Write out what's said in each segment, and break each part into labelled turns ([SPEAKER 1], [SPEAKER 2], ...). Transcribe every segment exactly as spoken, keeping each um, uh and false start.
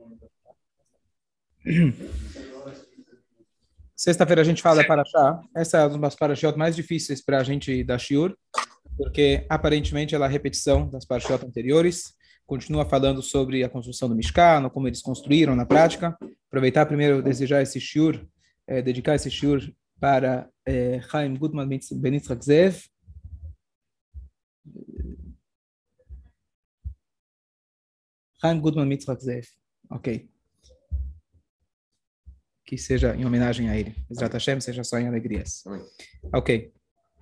[SPEAKER 1] Sexta-feira a gente fala da Parashá. Essa é uma das parashiot mais difíceis para a gente dar shiur, porque aparentemente ela é a repetição das parashiot anteriores. Continua falando sobre a construção do Mishkan, como eles construíram na prática. Aproveitar primeiro desejar esse shiur, eh, dedicar esse shiur para eh, Chaim Gutman Ben Yitzchak Zev. Chaim Gutman Ben Yitzchak Zev. Ok. Que seja em homenagem a ele. Bezrat Hashem, seja só em alegrias. Amém. Ok.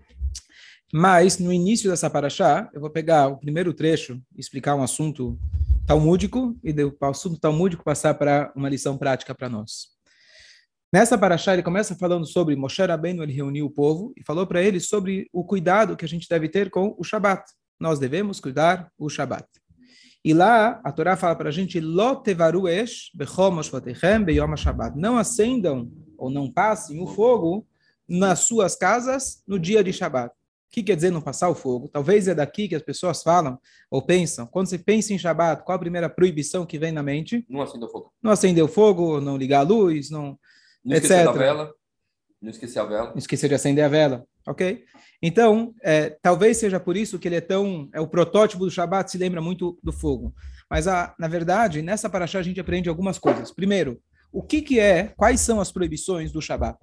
[SPEAKER 1] Mas, no início dessa parashá, eu vou pegar o primeiro trecho e explicar um assunto talmúdico e do assunto talmúdico passar para uma lição prática para nós. Nessa parashá, ele começa falando sobre Moshe Rabbeinu, ele reuniu o povo e falou para eles sobre o cuidado que a gente deve ter com o Shabat. Nós devemos cuidar o Shabat. E lá, a Torá fala para a gente, Lo tevaru esh bechol moshvatechem beyom ha-Shabat. Não acendam ou não passem o fogo nas suas casas no dia de Shabat. O que quer dizer não passar o fogo? Talvez é daqui que as pessoas falam ou pensam. Quando você pensa em Shabat, qual a primeira proibição que vem na mente?
[SPEAKER 2] Não acender o fogo.
[SPEAKER 1] Não acender o fogo, não ligar a luz, não,
[SPEAKER 2] não
[SPEAKER 1] etcétera.
[SPEAKER 2] Esquecer da vela. Não esquecer a vela. Não
[SPEAKER 1] esquecer de acender a vela, ok? Então, é, talvez seja por isso que ele é tão... É o protótipo do Shabat, se lembra muito do fogo. Mas, a, na verdade, nessa parashá a gente aprende algumas coisas. Primeiro, o que, que é, quais são as proibições do Shabat?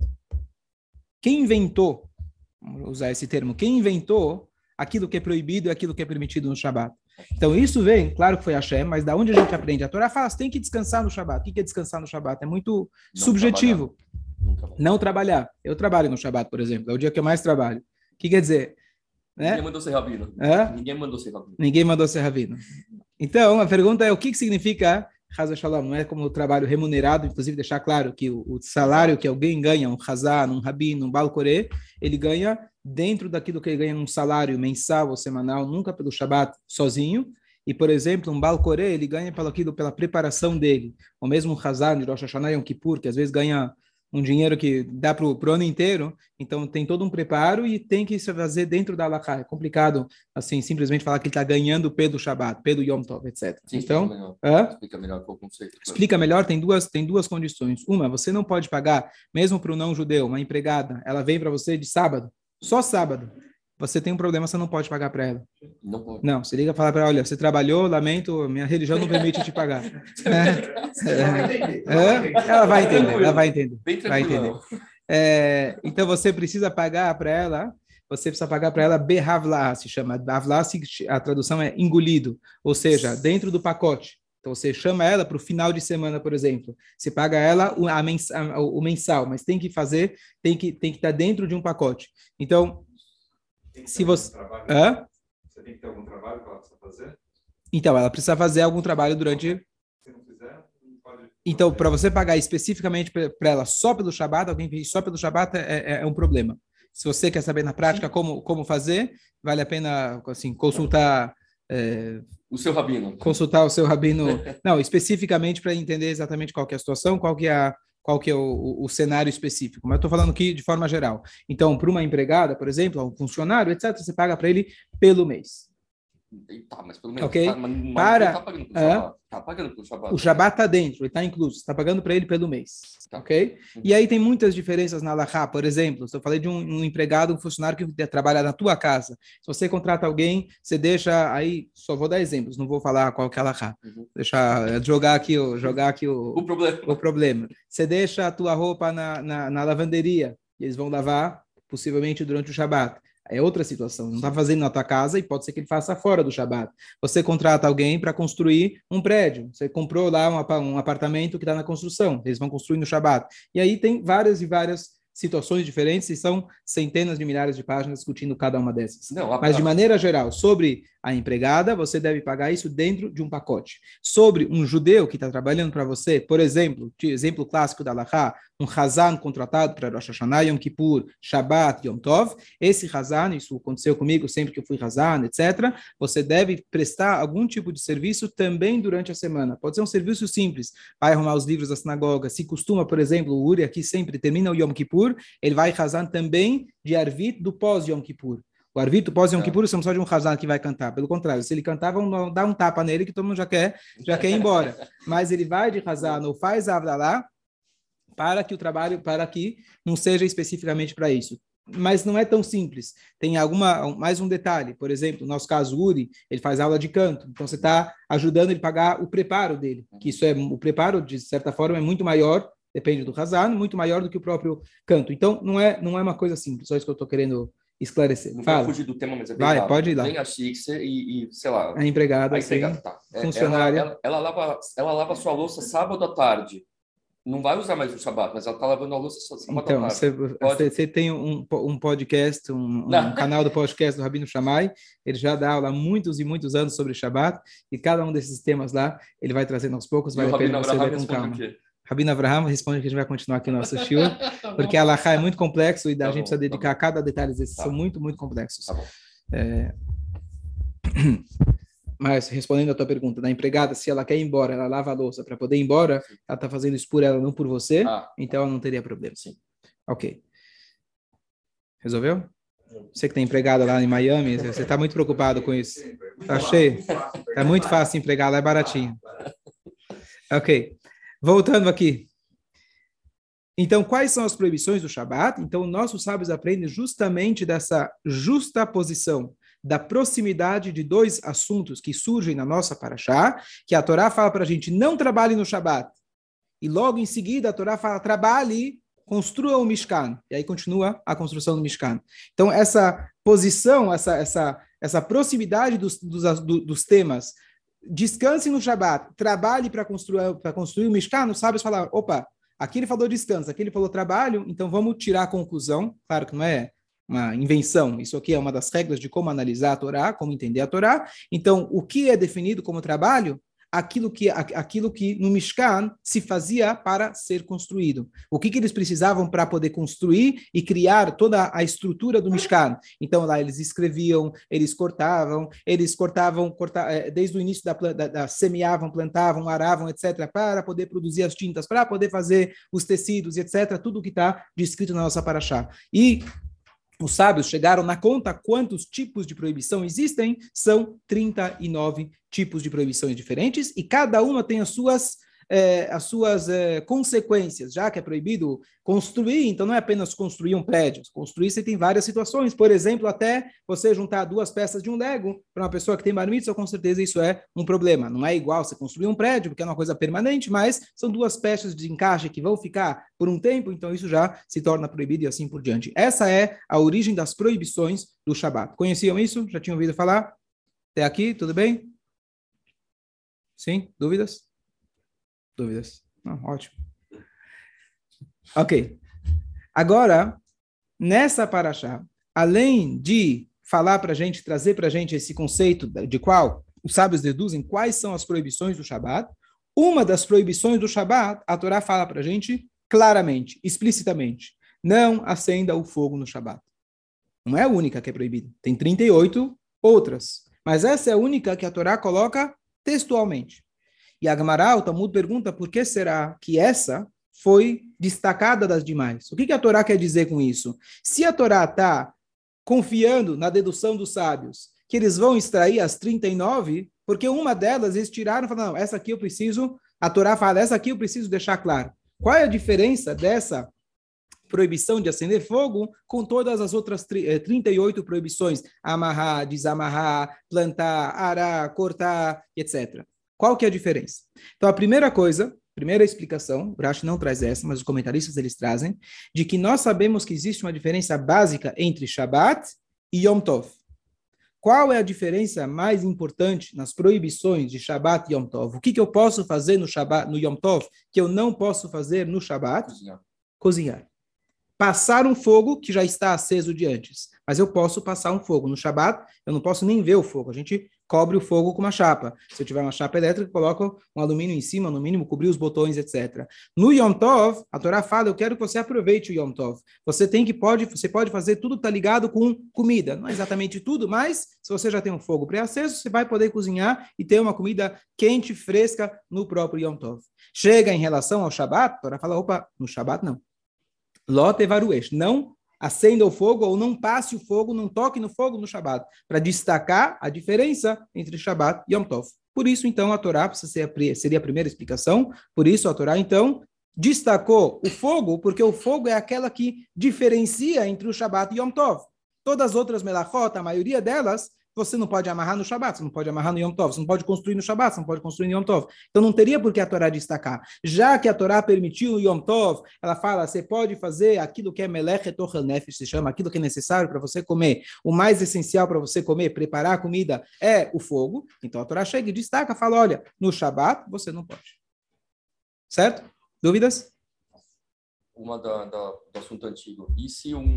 [SPEAKER 1] Quem inventou, vamos usar esse termo, quem inventou aquilo que é proibido e aquilo que é permitido no Shabat? Então, isso vem, claro que foi Hashem, mas da onde a gente aprende? A Torá fala, você tem que descansar no Shabat. O que é descansar no Shabat? É muito Não subjetivo.
[SPEAKER 2] Trabalhar.
[SPEAKER 1] Não trabalhar. Eu trabalho no Shabat, por exemplo. É o dia que eu mais trabalho. O que quer dizer? Né?
[SPEAKER 2] Ninguém mandou ser rabino.
[SPEAKER 1] Hã?
[SPEAKER 2] Ninguém mandou ser rabino.
[SPEAKER 1] Ninguém mandou ser rabino. Então, a pergunta é o que, que significa Chazá Shalom? Não é como o trabalho remunerado, inclusive deixar claro que o, o salário que alguém ganha, um Chazá, um rabino, um balcorê, ele ganha dentro daquilo que ele ganha num salário mensal ou semanal, nunca pelo Shabat sozinho. E, por exemplo, um balcorê, ele ganha pelo aquilo, pela preparação dele. Ou mesmo um Chazá de Rosh Hashanah e Yom Kippur, que às vezes ganha um dinheiro que dá para o ano inteiro, então tem todo um preparo e tem que se fazer dentro da halakha. É complicado, assim, simplesmente falar que ele está ganhando pelo Shabat, pelo Yom Tov, etcétera.
[SPEAKER 2] Sim,
[SPEAKER 1] então,
[SPEAKER 2] explica melhor.
[SPEAKER 1] É?
[SPEAKER 2] Explica melhor qual o conceito.
[SPEAKER 1] Explica melhor, tem duas, tem duas condições. Uma, você não pode pagar, mesmo para o não-judeu, uma empregada, ela vem para você de sábado, só sábado. Você tem um problema, você não pode pagar para ela.
[SPEAKER 2] Não pode.
[SPEAKER 1] Não, você liga e fala para ela, olha, você trabalhou, lamento, minha religião não permite te pagar. É, é, é, ela vai entender, ela vai entender. Vai entender. É, então você precisa pagar para ela, você precisa pagar para ela behavla, se chama. Havla, a tradução é engolido, ou seja, dentro do pacote. Então você chama ela para o final de semana, por exemplo. Você paga ela o, a mens, a, o mensal, mas tem que fazer, tem que, tem que estar dentro de um pacote. Então, se você... Hã?
[SPEAKER 3] Você tem que ter algum trabalho para ela precisa fazer?
[SPEAKER 1] Então, ela precisa fazer algum trabalho durante...
[SPEAKER 3] Se não fizer, não pode...
[SPEAKER 1] Então, para você pagar especificamente para ela só pelo Shabat, alguém fez só pelo Shabat é, é, é um problema. Se você quer saber na prática como, como fazer, vale a pena assim, consultar... É,
[SPEAKER 2] o seu rabino.
[SPEAKER 1] Consultar o seu rabino... Não, especificamente para entender exatamente qual que é a situação, qual que é a... qual que é o, o, o cenário específico. Mas eu estou falando aqui de forma geral. Então, para uma empregada, por exemplo, um funcionário, etcétera, você paga para ele pelo mês.
[SPEAKER 2] Tá, mas pelo menos
[SPEAKER 1] ok?
[SPEAKER 2] Tá, mas, mas
[SPEAKER 1] para
[SPEAKER 2] tá pagando pelo Shabat. Tá pagando pelo Shabat.
[SPEAKER 1] O Shabat está dentro, ele está incluso. Você está pagando para ele pelo mês.
[SPEAKER 2] Tá.
[SPEAKER 1] Ok? Uhum. E aí tem muitas diferenças na halakha. Por exemplo, se eu falei de um, um empregado, um funcionário que trabalha na tua casa. Se você contrata alguém, você deixa aí, só vou dar exemplos, não vou falar qual que é a halakha. Uhum. Deixa jogar aqui, o, jogar aqui o,
[SPEAKER 2] o, problema.
[SPEAKER 1] o problema. Você deixa a tua roupa na, na, na lavanderia e eles vão lavar, possivelmente durante o Shabat. É outra situação. Não está fazendo na tua casa e pode ser que ele faça fora do Shabat. Você contrata alguém para construir um prédio. Você comprou lá um, um apartamento que está na construção. Eles vão construir no Shabat. E aí tem várias e várias situações diferentes e são centenas de milhares de páginas discutindo cada uma dessas.
[SPEAKER 2] Não,
[SPEAKER 1] Mas, de maneira geral, sobre a empregada, você deve pagar isso dentro de um pacote. Sobre um judeu que está trabalhando para você, por exemplo, de exemplo clássico da halakha, um Hazan contratado para Rosh Hashanah, Yom Kippur, Shabbat, Yom Tov, esse Hazan, isso aconteceu comigo sempre que eu fui Hazan, etcétera, você deve prestar algum tipo de serviço também durante a semana. Pode ser um serviço simples, vai arrumar os livros da sinagoga. Se costuma, por exemplo, o Uri aqui sempre termina o Yom Kippur, ele vai Hazan também de Arvit do pós-Yom Kippur. O Arvito pós Yom
[SPEAKER 2] É.
[SPEAKER 1] Kippur, você não precisa de um Hazan que vai cantar. Pelo contrário, se ele cantar, vão dar um tapa nele que todo mundo já quer, já quer ir embora. Mas ele vai de Hazan ou faz a Avdalá para que o trabalho, para que não seja especificamente para isso. Mas não é tão simples. Tem alguma mais um detalhe. Por exemplo, no nosso caso, o Uri, ele faz aula de canto. Então, você está ajudando ele a pagar o preparo dele. Que isso é, o preparo, de certa forma, é muito maior, depende do Hazan, muito maior do que o próprio canto. Então, não é, não é uma coisa simples. Só isso que eu estou querendo esclarecer.
[SPEAKER 2] Não
[SPEAKER 1] Fala.
[SPEAKER 2] vou fugir do tema, mas é bem
[SPEAKER 1] Vai,
[SPEAKER 2] rápido.
[SPEAKER 1] pode ir lá.
[SPEAKER 2] Vem a Shikser e, e, sei lá...
[SPEAKER 1] A empregada,
[SPEAKER 2] a empregada
[SPEAKER 1] sim.
[SPEAKER 2] tá. É,
[SPEAKER 1] Funcionária.
[SPEAKER 2] Ela, ela, ela, lava, ela lava sua louça sábado à tarde. Não vai usar mais o Shabbat, mas ela está lavando a louça sábado
[SPEAKER 1] Então,
[SPEAKER 2] à tarde.
[SPEAKER 1] você, você tem um, um podcast, um, um canal do podcast do Rabino Shammai, ele já dá aula há muitos e muitos anos sobre Shabbat, e cada um desses temas lá, ele vai trazendo aos poucos, vale a pena você ver com calma. Rabino Avraham responde que a gente vai continuar aqui no nosso shiur, porque a Halakha é muito complexo e da
[SPEAKER 2] tá
[SPEAKER 1] gente
[SPEAKER 2] bom,
[SPEAKER 1] precisa dedicar
[SPEAKER 2] tá
[SPEAKER 1] a cada detalhe desses,
[SPEAKER 2] tá.
[SPEAKER 1] são muito, muito complexos.
[SPEAKER 2] Tá bom.
[SPEAKER 1] É... Mas, respondendo a tua pergunta, da empregada, se ela quer ir embora, ela lava a louça para poder ir embora, sim. Ela está fazendo isso por ela, não por você, ah. Então ela não teria problema.
[SPEAKER 2] Sim.
[SPEAKER 1] Ok. Resolveu? Você que tem empregada lá em Miami, você está muito preocupado com isso. Está cheio? Está muito fácil empregar, lá é baratinho. Ok. Voltando aqui. Então, quais são as proibições do Shabat? Então, nossos sábios aprendem justamente dessa justa posição da proximidade de dois assuntos que surgem na nossa paraxá, que a Torá fala para a gente, não trabalhe no Shabat. E logo em seguida a Torá fala, trabalhe, construa o Mishkan. E aí continua a construção do Mishkan. Então essa posição, essa, essa, essa proximidade dos, dos, dos temas, descanse no Shabat, trabalhe para construir, para construir o Mishkan, os sábios falaram, opa, aqui ele falou descanso, aqui ele falou trabalho, então vamos tirar a conclusão, claro que não é uma invenção, isso aqui é uma das regras de como analisar a Torá, como entender a Torá. Então, o que é definido como trabalho? Aquilo que, aquilo que no Mishkan se fazia para ser construído. O que, que eles precisavam para poder construir e criar toda a estrutura do Mishkan? Então, lá eles escreviam, eles cortavam, eles cortavam, corta, desde o início da, da, da semeavam, plantavam, aravam, etcétera, para poder produzir as tintas, para poder fazer os tecidos, etcétera, tudo que está descrito na nossa paraxá. E os sábios chegaram na conta quantos tipos de proibição existem, são trinta e nove tipos de proibições diferentes, e cada uma tem as suas, eh, as suas eh, consequências, já que é proibido construir, então não é apenas construir um prédio, construir você tem várias situações, por exemplo, até você juntar duas peças de um Lego, para uma pessoa que tem bar mitzvah, com certeza isso é um problema, não é igual você construir um prédio, porque é uma coisa permanente, mas são duas peças de encaixe que vão ficar por um tempo, então isso já se torna proibido e assim por diante. Essa é a origem das proibições do Shabat. Conheciam isso? Já tinham ouvido falar? Até aqui, tudo bem? Sim? Dúvidas? Dúvidas? Não, ótimo. Ok. Agora, nessa paraxá, além de falar para a gente, trazer para a gente esse conceito de qual os sábios deduzem quais são as proibições do Shabat, uma das proibições do Shabat, a Torá fala para a gente claramente, explicitamente, não acenda o fogo no Shabat. Não é a única que é proibida. Tem trinta e oito outras. Mas essa é a única que a Torá coloca textualmente. E a Gemara, o Talmud pergunta por que será que essa foi destacada das demais. O que, que a Torá quer dizer com isso? Se a Torá está confiando na dedução dos sábios, que eles vão extrair as trinta e nove, porque uma delas eles tiraram e falaram, não, essa aqui eu preciso, a Torá fala, essa aqui eu preciso deixar claro. Qual é a diferença dessa proibição de acender fogo com todas as outras trinta e oito proibições? Amarrar, desamarrar, plantar, arar, cortar, etcétera. Qual que é a diferença? Então, a primeira coisa, primeira explicação, o Rashi não traz essa, mas os comentaristas eles trazem, de que nós sabemos que existe uma diferença básica entre Shabat e Yom Tov. Qual é a diferença mais importante nas proibições de Shabat e Yom Tov? O que, que eu posso fazer no, Shabat, no Yom Tov que eu não posso fazer no Shabat?
[SPEAKER 2] Cozinhar.
[SPEAKER 1] Cozinhar. Passar um fogo que já está aceso de antes. Mas eu posso passar um fogo. No Shabat, eu não posso nem ver o fogo. A gente cobre o fogo com uma chapa. Se eu tiver uma chapa elétrica, coloco um alumínio em cima, no mínimo, cobrir os botões, etcétera. No Yom Tov, a Torá fala, eu quero que você aproveite o Yom Tov. Você tem que pode, você pode fazer tudo que está ligado com comida. Não é exatamente tudo, mas se você já tem um fogo pré-aceso, você vai poder cozinhar e ter uma comida quente, fresca no próprio Yom Tov. Chega em relação ao Shabat, a Torá fala, opa, no Shabat não. Lot evaruesh, não acenda o fogo ou não passe o fogo, não toque no fogo no Shabat, para destacar a diferença entre Shabat e Yom Tov. Por isso, então, a Torá precisa ser, seria a primeira explicação, por isso a Torá, então, destacou o fogo, porque o fogo é aquela que diferencia entre o Shabat e Yom Tov. Todas as outras melachot, a maioria delas, você não pode amarrar no Shabat, você não pode amarrar no Yom Tov, você não pode construir no Shabat, você não pode construir no Yom Tov. Então não teria por que a Torá destacar. Já que a Torá permitiu o Yom Tov, ela fala, você pode fazer aquilo que é melech etochel nefesh, se chama, aquilo que é necessário para você comer. O mais essencial para você comer, preparar a comida, é o fogo. Então a Torá chega e destaca, fala, olha, no Shabat você não pode. Certo? Dúvidas?
[SPEAKER 2] Uma da, da, do assunto antigo. E se um...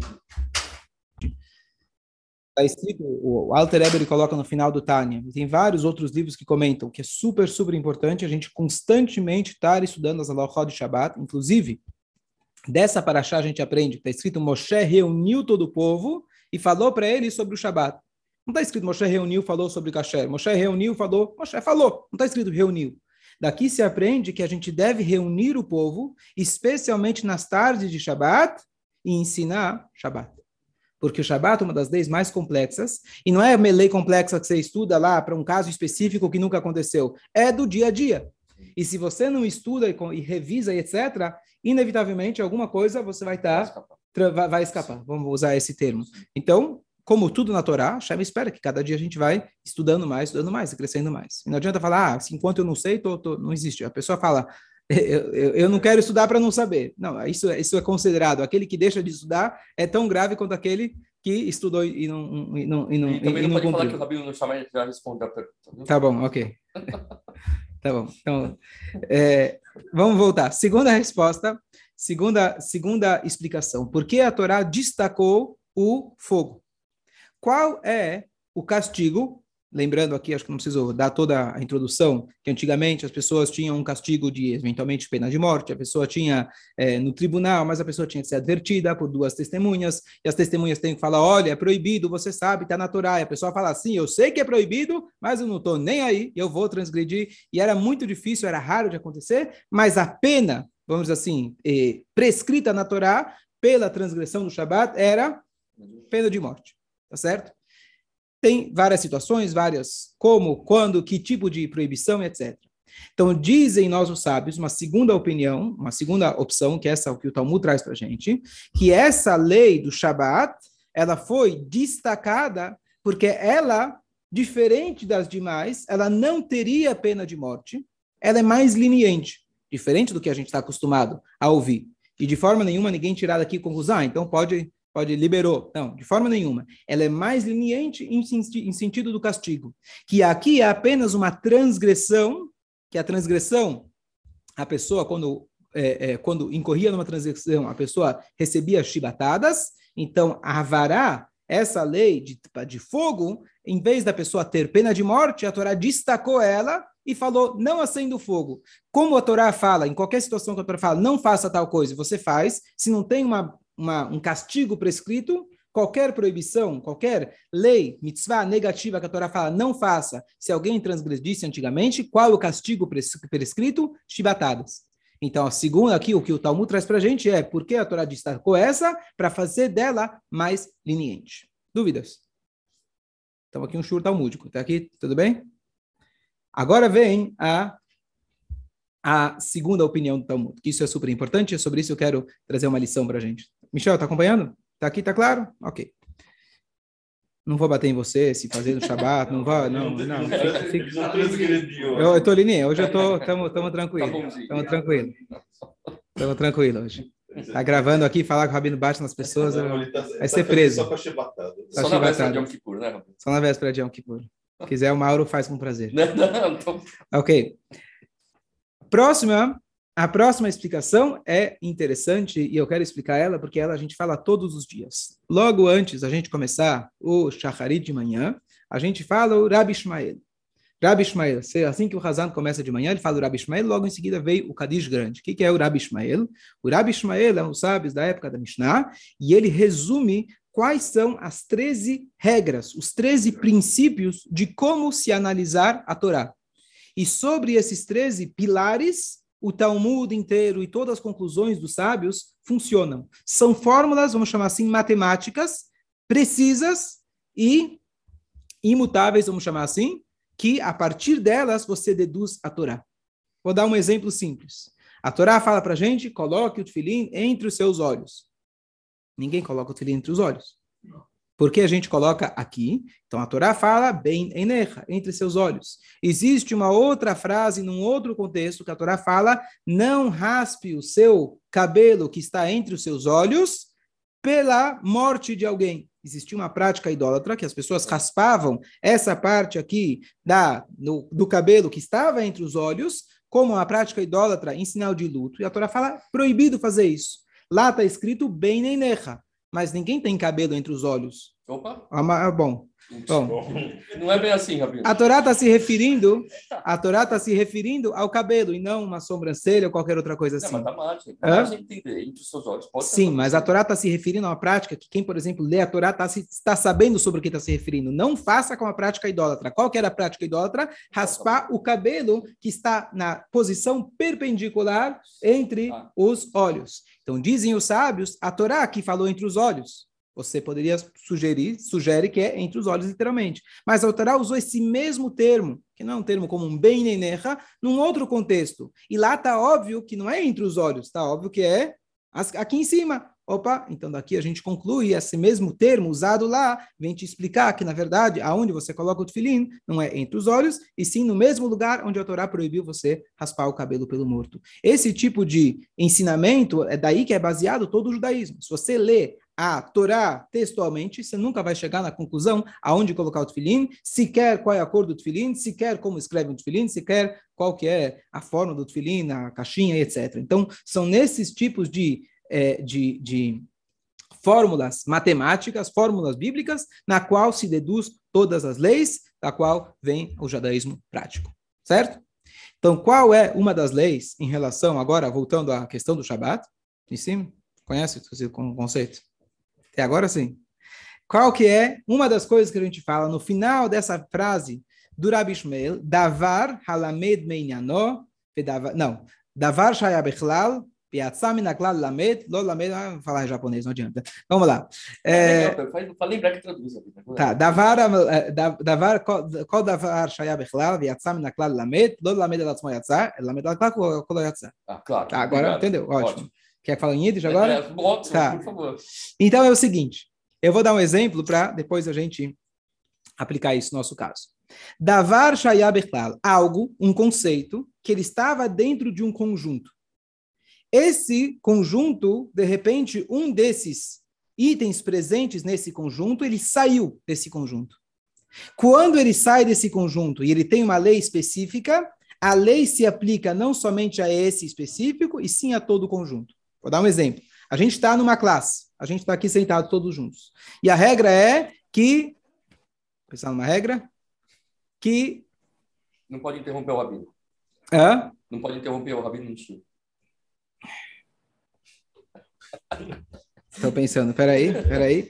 [SPEAKER 1] Está escrito, o Alter Rebbe ele coloca no final do Tânia, e tem vários outros livros que comentam que é super, super importante a gente constantemente estar estudando as halachot de Shabbat. Inclusive, dessa paraxá a gente aprende, está escrito Moshe reuniu todo o povo e falou para eles sobre o Shabbat. Não está escrito Moshe reuniu, falou sobre kasher. Moshe reuniu, falou, Moshe falou. Não está escrito reuniu. Daqui se aprende que a gente deve reunir o povo, especialmente nas tardes de Shabbat, e ensinar Shabbat. Porque o Shabat é uma das leis mais complexas, e não é uma lei complexa que você estuda lá para um caso específico que nunca aconteceu, é do dia a dia. E se você não estuda e, e revisa, e etcétera, inevitavelmente alguma coisa você vai estar, tá, vai, vai escapar, vamos usar esse termo. Então, como tudo na Torá, Hashem espera que cada dia a gente vai estudando mais, estudando mais, e crescendo mais. E não adianta falar, ah, enquanto eu não sei, tô, tô, não existe. A pessoa fala, Eu, eu, eu não quero estudar para não saber. Não, isso, isso é considerado. Aquele que deixa de estudar é tão grave quanto aquele que estudou e não, e não, e não,
[SPEAKER 2] e também
[SPEAKER 1] e
[SPEAKER 2] não,
[SPEAKER 1] não
[SPEAKER 2] pode
[SPEAKER 1] cumpriu.
[SPEAKER 2] falar que o Rabino não chama ele para responder a pergunta.
[SPEAKER 1] Tá bom, ok. Tá bom. Então, é, vamos voltar. Segunda resposta, segunda, segunda explicação. Por que a Torá destacou o fogo? Qual é o castigo? Lembrando aqui, acho que não preciso dar toda a introdução, que antigamente as pessoas tinham um castigo de, eventualmente, pena de morte, a pessoa tinha é, no tribunal, mas a pessoa tinha que ser advertida por duas testemunhas, e as testemunhas têm que falar, olha, é proibido, você sabe, está na Torá, e a pessoa fala assim, eu sei que é proibido, mas eu não estou nem aí, eu vou transgredir, e era muito difícil, era raro de acontecer, mas a pena, vamos dizer assim, eh, prescrita na Torá, pela transgressão do Shabat, era pena de morte, tá certo? Tem várias situações, várias, como, quando, que tipo de proibição, etcétera. Então, dizem nós os sábios, uma segunda opinião, uma segunda opção, que é essa que o Talmud traz para a gente, que essa lei do Shabat, ela foi destacada porque ela, diferente das demais, ela não teria pena de morte, ela é mais leniente, diferente do que a gente está acostumado a ouvir. E de forma nenhuma ninguém tirar daqui conclusão, ah, então pode... Pode, liberou. Não, de forma nenhuma. Ela é mais leniente em, em sentido do castigo. Que aqui é apenas uma transgressão, que a transgressão, a pessoa, quando, é, é, quando incorria numa transgressão, a pessoa recebia chibatadas, então, a Havará, essa lei de, de fogo, em vez da pessoa ter pena de morte, a Torá destacou ela e falou, não acenda o fogo. Como a Torá fala, em qualquer situação que a Torá fala, não faça tal coisa, você faz, se não tem uma Uma, um castigo prescrito, qualquer proibição, qualquer lei, mitzvah negativa que a Torá fala, não faça, se alguém transgredisse antigamente, qual o castigo prescrito? Chibatadas. Então, a segunda aqui, o que o Talmud traz para a gente é, por que a Torá destacou essa? Para fazer dela mais leniente. Dúvidas? Então, aqui um shur talmúdico. Está aqui, tudo bem? Agora vem a a segunda opinião do Talmud, que isso é super importante, e sobre isso eu quero trazer uma lição para a gente. Michel, está acompanhando? Está aqui, está claro? Ok. Não vou bater em você, se fazer no Shabat, não vou, não, não. Fica, fica. Eu estou lineando, hoje eu estou, estamos tranquilos, estamos tranquilos, estamos tranquilos hoje. Está gravando aqui, falar que o Rabino bate nas pessoas, vai ser preso.
[SPEAKER 3] Só para chibatada.
[SPEAKER 2] Só na véspera de Yom Kippur, né?
[SPEAKER 1] Só na véspera de Yom Kippur. Se quiser, o Mauro faz com prazer.
[SPEAKER 2] Não, não, tô...
[SPEAKER 1] Ok. Próxima, a próxima explicação é interessante e eu quero explicar ela porque ela a gente fala todos os dias. Logo antes a gente começar o Shacharit de manhã, a gente fala o Rabi Ishmael. Rabi Ishmael, assim que o Hazan começa de manhã, ele fala o Rabi Ishmael, logo em seguida veio o Kadish grande. O que é o Rabi Ishmael? O Rabi Ishmael é um sábio da época da Mishnah e ele resume quais são as treze regras, os treze princípios de como se analisar a Torá. E sobre esses treze pilares, o Talmud inteiro e todas as conclusões dos sábios funcionam. São fórmulas, vamos chamar assim, matemáticas, precisas e imutáveis, vamos chamar assim, que a partir delas você deduz a Torá. Vou dar um exemplo simples. A Torá fala para a gente, coloque o tefilim entre os seus olhos. Ninguém coloca o tefilim entre os olhos. Por que a gente coloca aqui? Então a Torá fala, bem enecha, entre seus olhos. Existe uma outra frase, num outro contexto, que a Torá fala, não raspe o seu cabelo que está entre os seus olhos pela morte de alguém. Existia uma prática idólatra que as pessoas raspavam essa parte aqui da, no, do cabelo que estava entre os olhos, como uma prática idólatra em sinal de luto. E a Torá fala, proibido fazer isso. Lá está escrito, bem enecha. Mas ninguém tem cabelo entre os olhos.
[SPEAKER 2] Opa!
[SPEAKER 1] Ah, bom. Bom.
[SPEAKER 2] Não é bem assim, Rabino.
[SPEAKER 1] A Torá está se referindo, a Torá está se referindo ao cabelo e não uma sobrancelha ou qualquer outra coisa assim.
[SPEAKER 2] Não, mas tá mágica. Tá mágica entender entre os seus olhos. Pode
[SPEAKER 1] Sim, mas a Torá está se referindo a uma prática que quem, por exemplo, lê a Torá está tá sabendo sobre o que está se referindo. Não faça com a prática idólatra. Qual que era a prática idólatra? Raspar o cabelo que está na posição perpendicular entre ah. os olhos. Então, dizem os sábios, a Torá que falou entre os olhos. Você poderia sugerir, sugere que é entre os olhos, literalmente. Mas a Torá usou esse mesmo termo, que não é um termo como um bem nenecha, num outro contexto. E lá está óbvio que não é entre os olhos, está óbvio que é aqui em cima. Opa, então daqui a gente conclui esse mesmo termo usado lá, vem te explicar que, na verdade, aonde você coloca o tefilim não é entre os olhos, e sim no mesmo lugar onde a Torá proibiu você raspar o cabelo pelo morto. Esse tipo de ensinamento é daí que é baseado todo o judaísmo. Se você lê a Torá textualmente, você nunca vai chegar na conclusão aonde colocar o tefilim, sequer qual é a cor do tefilim, sequer como escreve o tefilim, sequer qual que é a forma do tefilim, a caixinha, etcétera. Então, são nesses tipos de É, de, de fórmulas matemáticas, fórmulas bíblicas, na qual se deduz todas as leis, da qual vem o judaísmo prático, certo? Então, qual é uma das leis em relação, agora, voltando à questão do Shabat, em cima? Conhece o conceito? Até agora sim. Qual que é uma das coisas que a gente fala no final dessa frase do Rabi Shmuel, Davar halamed meinyanó, não, Davar shaya bechlal, Lamed, lo lamed, ah, vou falar em japonês, não adianta. Vamos lá.
[SPEAKER 2] É, Para lembrar que traduz.
[SPEAKER 1] Tá, davar, davar, qual davar shaya bechlal, viatzá min haklal lamed, lo lamed el atzmo yatzá, lamed el haklal kol yatzá.
[SPEAKER 2] Ah, claro.
[SPEAKER 1] Tá, agora, obrigado. Entendeu? Ótimo. Ótimo. Quer falar em Yiddish agora?
[SPEAKER 2] É, ótimo,
[SPEAKER 1] tá.
[SPEAKER 2] Por favor.
[SPEAKER 1] Então é o seguinte, eu vou dar um exemplo para depois a gente aplicar isso no nosso caso. Davar shaya bechlal, algo, um conceito, que ele estava dentro de um conjunto. Esse conjunto, de repente, um desses itens presentes nesse conjunto, ele saiu desse conjunto. Quando ele sai desse conjunto e ele tem uma lei específica, a lei se aplica não somente a esse específico, e sim a todo o conjunto. Vou dar um exemplo. A gente está numa classe, a gente está aqui sentado todos juntos. E a regra é que... Vou pensar numa regra? Que...
[SPEAKER 2] Não pode interromper o rabino.
[SPEAKER 1] Hã?
[SPEAKER 2] Não pode interromper o rabino no tio.
[SPEAKER 1] Estou pensando, peraí, peraí.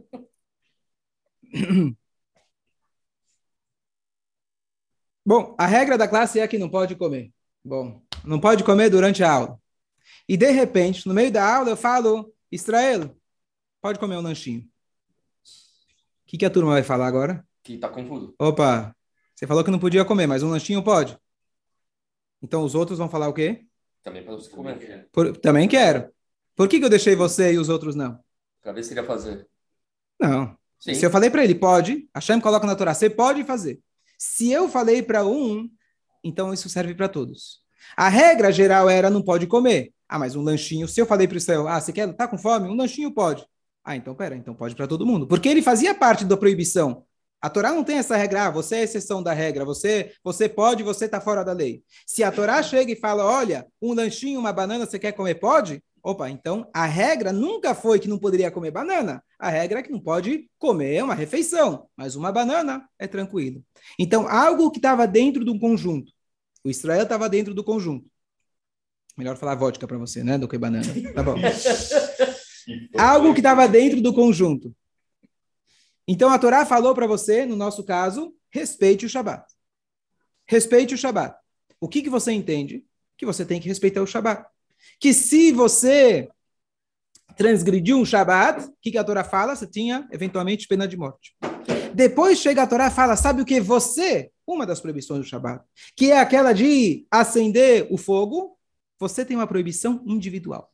[SPEAKER 1] Bom, a regra da classe é que não pode comer. Bom, não pode comer durante a aula. E, de repente, no meio da aula, eu falo, Israel, pode comer um lanchinho. O que, que a turma vai falar agora?
[SPEAKER 2] Que está confuso.
[SPEAKER 1] Opa, você falou que não podia comer, mas um lanchinho pode. Então, os outros vão falar o quê?
[SPEAKER 2] Também para você comer.
[SPEAKER 1] Por, também quero. Por que, que eu deixei você e os outros não?
[SPEAKER 2] Para ver se ele ia fazer.
[SPEAKER 1] Não.
[SPEAKER 2] Sim.
[SPEAKER 1] Se eu falei para ele, pode, a Hashem coloca na Torá, você pode fazer. Se eu falei para um, então isso serve para todos. A regra geral era, não pode comer. Ah, mas um lanchinho, se eu falei para o Israel, ah, você quer, tá com fome? Um lanchinho pode. Ah, então pera, então pode para todo mundo. Porque ele fazia parte da proibição. A Torá não tem essa regra, ah, você é exceção da regra, você, você pode, você está fora da lei. Se a Torá chega e fala, olha, um lanchinho, uma banana, você quer comer? Pode? Opa, então a regra nunca foi que não poderia comer banana. A regra é que não pode comer uma refeição, mas uma banana é tranquilo. Então, algo que estava dentro de um conjunto. O Israel estava dentro do conjunto. Melhor falar vodka para você, né, do que banana. Tá bom. Algo que estava dentro do conjunto. Então, a Torá falou para você, no nosso caso, respeite o Shabat. Respeite o Shabat. O que, que você entende? que você tem que respeitar o Shabat. Que se você transgrediu um Shabat, o que, que a Torá fala? Você tinha, eventualmente, pena de morte. Depois chega a Torá e fala, sabe o que? Você, uma das proibições do Shabat, que é aquela de acender o fogo, você tem uma proibição individual.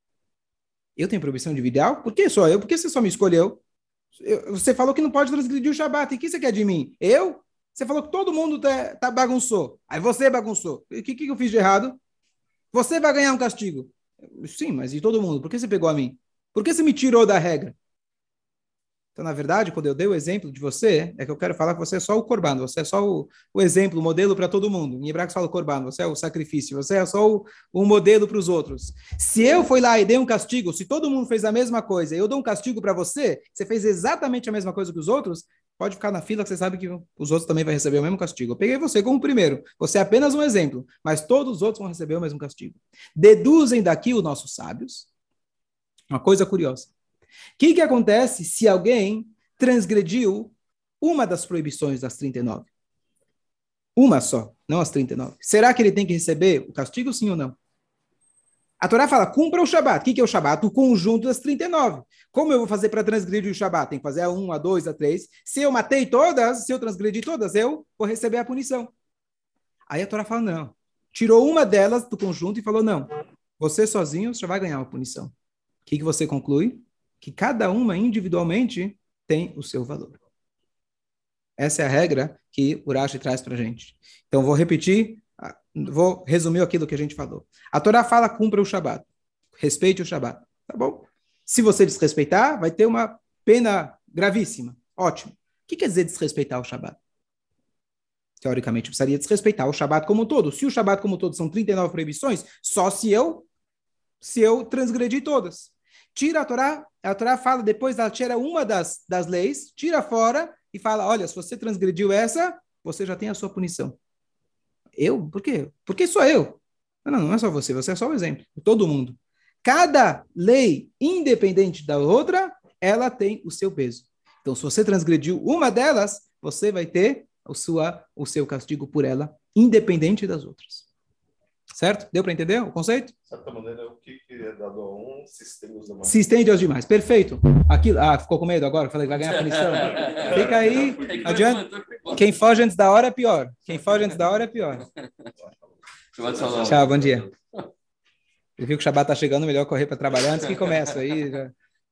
[SPEAKER 1] Eu tenho proibição individual? Por que só eu? Por que você só me escolheu? Eu, você falou que não pode transgredir o Shabat. E o que você quer de mim? Eu? Você falou que todo mundo tá, tá bagunçou. Aí você bagunçou. O que, que eu fiz de errado? Você vai ganhar um castigo. Sim, mas e todo mundo? Por que você pegou a mim? Por que você me tirou da regra? Então, na verdade, quando eu dei o exemplo de você, é que eu quero falar que você é só o corban, você é só o, o exemplo, o modelo para todo mundo. Em hebraico fala corban, você é o sacrifício, você é só o, o modelo para os outros. Se eu fui lá e dei um castigo, se todo mundo fez a mesma coisa e eu dou um castigo para você, você fez exatamente a mesma coisa que os outros, pode ficar na fila que você sabe que os outros também vão receber o mesmo castigo. Eu peguei você como primeiro, você é apenas um exemplo, mas todos os outros vão receber o mesmo castigo. Deduzem daqui os nossos sábios uma coisa curiosa. O que, que acontece se alguém transgrediu uma das proibições das trinta e nove? Uma só, não as trinta e nove. Será que ele tem que receber o castigo, sim ou não? A Torá fala, cumpra o Shabat. O que, que é o Shabat? O conjunto das trinta e nove. Como eu vou fazer para transgredir o Shabat? Tem que fazer a um, a dois, a três. Se eu matei todas, se eu transgredi todas, eu vou receber a punição. Aí a Torá fala, não. Tirou uma delas do conjunto e falou, não. Você sozinho já vai ganhar uma punição. O que, que você conclui? Que cada uma individualmente tem o seu valor. Essa é a regra que o Rashi traz para a gente. Então, vou repetir, vou resumir aquilo que a gente falou. A Torá fala, cumpra o Shabat. Respeite o Shabat. Tá bom? Se você desrespeitar, vai ter uma pena gravíssima. Ótimo. O que quer dizer desrespeitar o Shabat? Teoricamente, precisaria desrespeitar o Shabat como um todo. Se o Shabat como um todo são trinta e nove proibições, só se eu, se eu transgredir todas. Tira a Torá, a Torá fala, depois ela tira uma das, das leis, tira fora e fala, olha, se você transgrediu essa, você já tem a sua punição. Eu? Por quê? Porque sou eu. Não, não é só você, você é só o exemplo. Todo mundo. Cada lei, independente da outra, ela tem o seu peso. Então, se você transgrediu uma delas, você vai ter o, sua, o seu castigo por ela, independente das outras. Certo? Deu para entender o conceito?
[SPEAKER 4] De certa maneira, o que é dado a um se estende aos demais.
[SPEAKER 1] Se estende aos demais. Perfeito. Aquilo, ah, ficou com medo agora? Falei que vai ganhar punição. Fica aí. Adianta. Quem foge antes da hora é pior. Quem foge antes da hora é pior. Tchau, bom dia. Eu vi que o Shabbat está chegando, melhor correr para trabalhar antes que comece. Aí, já...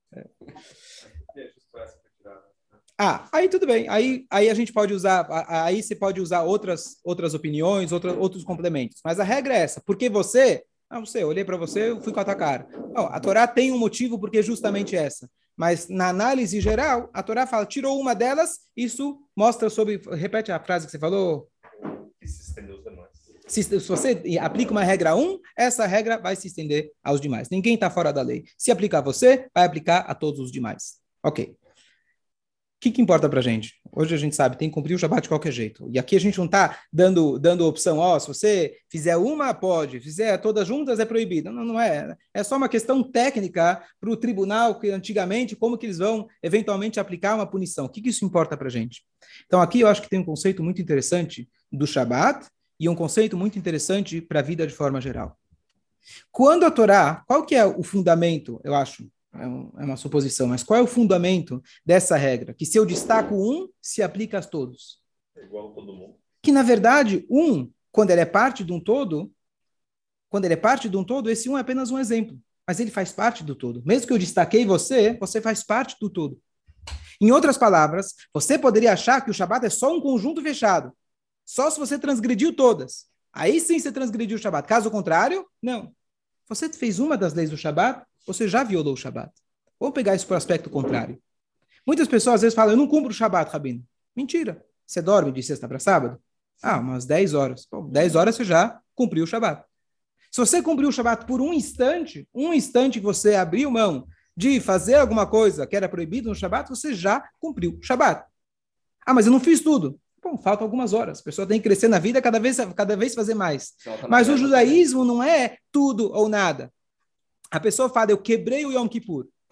[SPEAKER 1] Ah, aí tudo bem. Aí, aí a gente pode usar, aí você pode usar outras, outras opiniões, outra, outros complementos. Mas a regra é essa. Porque você, ah, você, eu olhei para você, eu fui com a tua cara. Não, a Torá tem um motivo porque é justamente essa. Mas na análise geral, a Torá fala, tirou uma delas, isso mostra sobre... Repete a frase que você falou.
[SPEAKER 4] Que se estende aos demais.
[SPEAKER 1] Se, se você aplica uma regra um, essa regra vai se estender aos demais. Ninguém está fora da lei. Se aplicar a você, vai aplicar a todos os demais. Ok. O que, que importa para a gente? Hoje a gente sabe, tem que cumprir o Shabat de qualquer jeito. E aqui a gente não está dando, dando opção, ó, se você fizer uma, pode, fizer todas juntas, é proibido. Não, não é. É só uma questão técnica para o tribunal, que antigamente, como que eles vão eventualmente aplicar uma punição. O que, que isso importa para a gente? Então aqui eu acho que tem um conceito muito interessante do Shabat e um conceito muito interessante para a vida de forma geral. Quando a Torá, qual que é o fundamento, eu acho, é uma suposição, mas qual é o fundamento dessa regra? Que se eu destaco um, se aplica a todos.
[SPEAKER 4] É igual a todo mundo.
[SPEAKER 1] Que, na verdade, um, quando ele é parte de um todo, quando ele é parte de um todo, esse um é apenas um exemplo. Mas ele faz parte do todo. Mesmo que eu destaquei você, você faz parte do todo. Em outras palavras, você poderia achar que o Shabat é só um conjunto fechado. Só se você transgrediu todas. Aí sim você transgrediu o Shabat. Caso contrário, não. Você fez uma das leis do Shabat, você já violou o Shabat. Vamos pegar isso para o aspecto contrário. Muitas pessoas às vezes falam, eu não cumpro o Shabat, Rabino. Mentira. Você dorme de sexta para sábado? Ah, umas dez horas. Bom, dez horas você já cumpriu o Shabat. Se você cumpriu o Shabat por um instante, um instante que você abriu mão de fazer alguma coisa que era proibido no Shabat, você já cumpriu o Shabat. Ah, mas eu não fiz tudo. Bom, faltam algumas horas. A pessoa tem que crescer na vida, cada vez, cada vez fazer mais. Mas o judaísmo não é tudo ou nada. A pessoa fala, eu quebrei o Yom Kippur.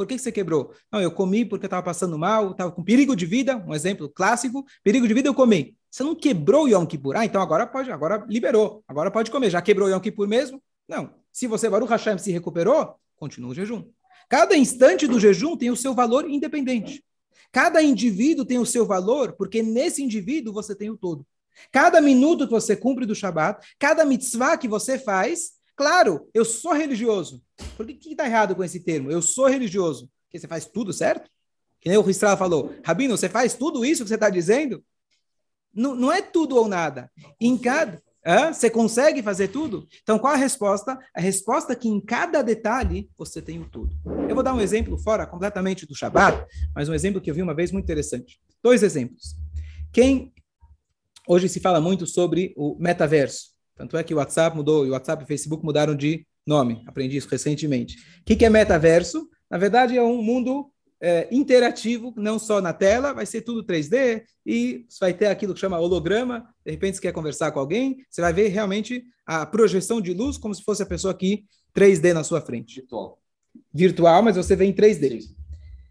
[SPEAKER 1] Por que, que você quebrou? Não, eu comi porque eu estava passando mal, estava com perigo de vida, um exemplo clássico, perigo de vida eu comi. Você não quebrou o Yom Kippur. Ah, então agora pode, agora liberou, agora pode comer. Já quebrou o Yom Kippur mesmo? Não. Se você, Baruch Hashem, se recuperou, continua o jejum. Cada instante do jejum tem o seu valor independente. Cada indivíduo tem o seu valor, porque nesse indivíduo você tem o todo. Cada minuto que você cumpre do Shabat, cada mitzvah que você faz, claro, eu sou religioso. Por que está errado com esse termo? Eu sou religioso. Porque você faz tudo certo? Que nem o Ristrala falou. Rabino, você faz tudo isso que você está dizendo? Não, não é tudo ou nada. Em cada... Hã? Você consegue fazer tudo? Então, qual a resposta? A resposta é que em cada detalhe você tem o tudo. Eu vou dar um exemplo fora completamente do Shabat, mas um exemplo que eu vi uma vez muito interessante. Dois exemplos. Quem... Hoje se fala muito sobre o metaverso. Tanto é que o WhatsApp mudou, e o WhatsApp e o Facebook mudaram de nome. Aprendi isso recentemente. O que é metaverso? Na verdade, é um mundo é, interativo, não só na tela, vai ser tudo três D, e você vai ter aquilo que chama holograma. De repente, você quer conversar com alguém, você vai ver realmente a projeção de luz como se fosse a pessoa aqui, três D na sua frente.
[SPEAKER 2] Virtual.
[SPEAKER 1] Virtual, mas você vê em três D. Sim.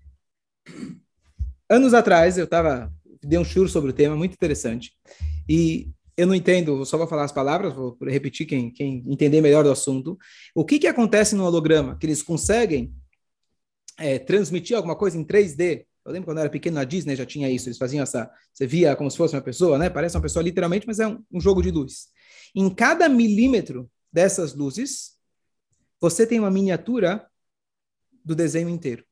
[SPEAKER 1] Anos atrás, eu estava... dei um shur sobre o tema, muito interessante. E eu não entendo, só vou falar as palavras, vou repetir quem, quem entender melhor do assunto. O que, que acontece no holograma? Que eles conseguem é, transmitir alguma coisa em três D. Eu lembro quando eu era pequeno na Disney, já tinha isso. Eles faziam essa... Você via como se fosse uma pessoa, né? Parece uma pessoa literalmente, mas é um, um jogo de luz. Em cada milímetro dessas luzes, você tem uma miniatura do desenho inteiro.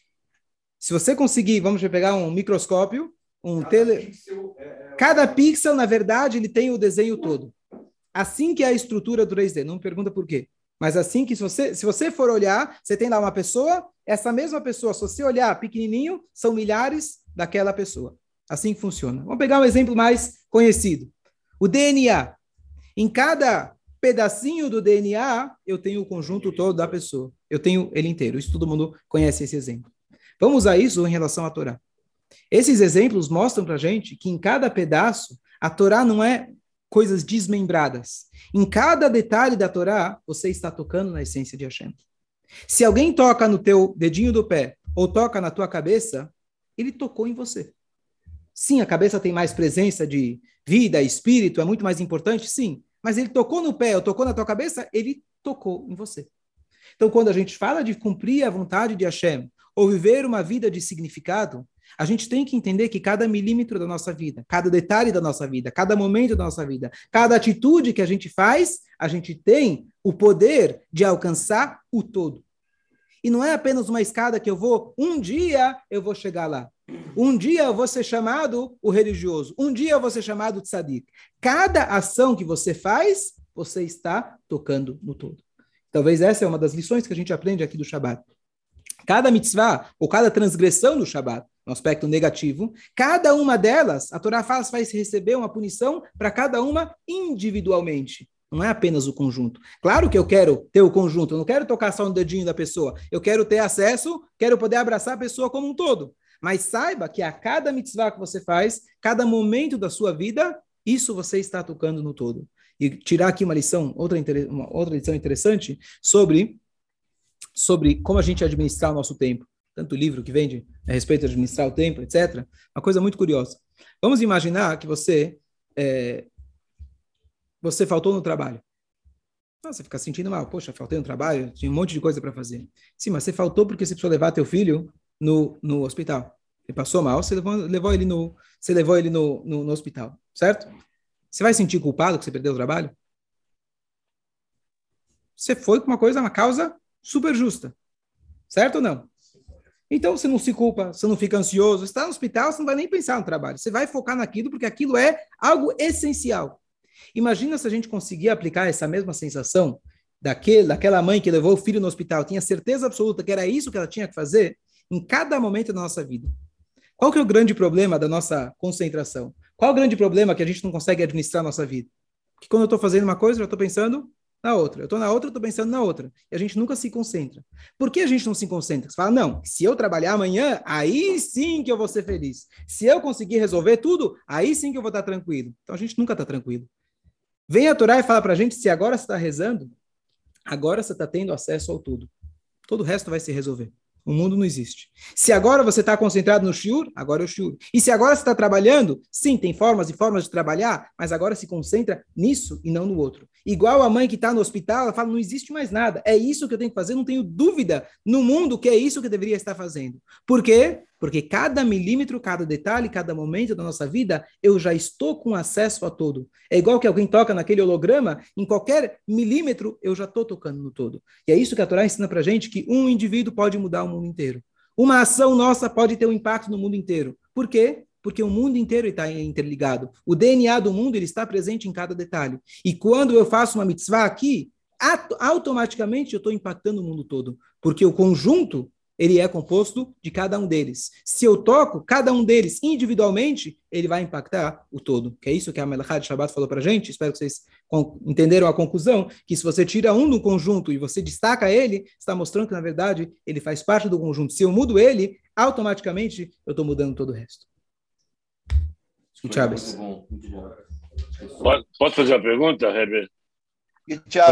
[SPEAKER 1] Se você conseguir, vamos pegar um microscópio, um
[SPEAKER 3] Cada
[SPEAKER 1] tele...
[SPEAKER 3] pixel é, é...
[SPEAKER 1] Cada pixel, na verdade, ele tem o desenho todo. Assim que é a estrutura do três D. Não me pergunta por quê. Mas assim que se você, se você for olhar, você tem lá uma pessoa, essa mesma pessoa, se você olhar pequenininho, são milhares daquela pessoa. Assim que funciona. Vamos pegar um exemplo mais conhecido. O D N A. Em cada pedacinho do D N A, eu tenho o conjunto todo da pessoa. Eu tenho ele inteiro. Isso todo mundo conhece esse exemplo. Vamos usar isso em relação à Torá. Esses exemplos mostram para a gente que em cada pedaço, a Torá não é coisas desmembradas. Em cada detalhe da Torá, você está tocando na essência de Hashem. Se alguém toca no teu dedinho do pé ou toca na tua cabeça, ele tocou em você. Sim, a cabeça tem mais presença de vida, espírito, é muito mais importante, sim. Mas ele tocou no pé ou tocou na tua cabeça, ele tocou em você. Então, quando a gente fala de cumprir a vontade de Hashem ou viver uma vida de significado, a gente tem que entender que cada milímetro da nossa vida, cada detalhe da nossa vida, cada momento da nossa vida, cada atitude que a gente faz, a gente tem o poder de alcançar o todo. E não é apenas uma escada que eu vou, um dia eu vou chegar lá. Um dia eu vou ser chamado o religioso. Um dia eu vou ser chamado tzadik. Cada ação que você faz, você está tocando no todo. Talvez essa é uma das lições que a gente aprende aqui do Shabat. Cada mitzvah, ou cada transgressão do Shabat, no aspecto negativo, cada uma delas, a Torá faz, vai receber uma punição para cada uma individualmente. Não é apenas o conjunto. Claro que eu quero ter o conjunto, eu não quero tocar só no dedinho da pessoa. Eu quero ter acesso, quero poder abraçar a pessoa como um todo. Mas saiba que a cada mitzvah que você faz, cada momento da sua vida, isso você está tocando no todo. E tirar aqui uma lição, outra, uma outra lição interessante sobre, sobre como a gente administrar o nosso tempo. Tanto livro que vende a respeito de administrar o tempo, etcétera. Uma coisa muito curiosa. Vamos imaginar que você, é, você faltou no trabalho. Você fica sentindo mal. Poxa, faltei no trabalho, tinha um monte de coisa para fazer. Sim, mas você faltou porque você precisou levar teu filho no, no hospital. Ele passou mal, você levou, levou ele, no, você levou ele no, no, no hospital, certo? Você vai sentir culpado que você perdeu o trabalho? Você foi com uma coisa, uma causa super justa. Certo ou não? Então, você não se culpa, você não fica ansioso. Você está no hospital, você não vai nem pensar no trabalho. Você vai focar naquilo, porque aquilo é algo essencial. Imagina se a gente conseguir aplicar essa mesma sensação daquele, daquela mãe que levou o filho no hospital, tinha certeza absoluta que era isso que ela tinha que fazer em cada momento da nossa vida. Qual que é o grande problema da nossa concentração? Qual é o grande problema que a gente não consegue administrar a nossa vida? Que quando eu estou fazendo uma coisa, eu estou pensando na outra. Eu estou na outra, eu estou pensando na outra. E a gente nunca se concentra. Por que a gente não se concentra? Você fala, não, se eu trabalhar amanhã, aí sim que eu vou ser feliz. Se eu conseguir resolver tudo, aí sim que eu vou estar tranquilo. Então a gente nunca está tranquilo. Vem a Torá e fala para a gente, se agora você está rezando, agora você está tendo acesso ao tudo. Todo o resto vai se resolver. o mundo não existe. Se agora você está concentrado no shiur, agora é o shiur. E se agora você está trabalhando, sim, tem formas e formas de trabalhar, mas agora se concentra nisso e não no outro. Igual a mãe que está no hospital, ela fala, não existe mais nada. É isso que eu tenho que fazer, não tenho dúvida no mundo que é isso que eu deveria estar fazendo. Por quê? Porque cada milímetro, cada detalhe, cada momento da nossa vida, eu já estou com acesso a todo. É igual que alguém toca naquele holograma, em qualquer milímetro, eu já estou tocando no todo. E é isso que a Torá ensina para a gente, que um indivíduo pode mudar o mundo inteiro. Uma ação nossa pode ter um impacto no mundo inteiro. Por quê? Porque o mundo inteiro está interligado. O D N A do mundo ele está presente em cada detalhe. E quando eu faço uma mitzvah aqui, automaticamente eu estou impactando o mundo todo. Porque o conjunto ele é composto de cada um deles. Se eu toco cada um deles individualmente, ele vai impactar o todo. Que é isso que a Melachá de Shabbat falou para a gente. Espero que vocês entenderam a conclusão, que se você tira um do conjunto e você destaca ele, está mostrando que, na verdade, ele faz parte do conjunto. Se eu mudo ele, automaticamente eu estou mudando todo o resto. E Chávez.
[SPEAKER 5] Pode fazer a pergunta, Heber?
[SPEAKER 4] E Thiago,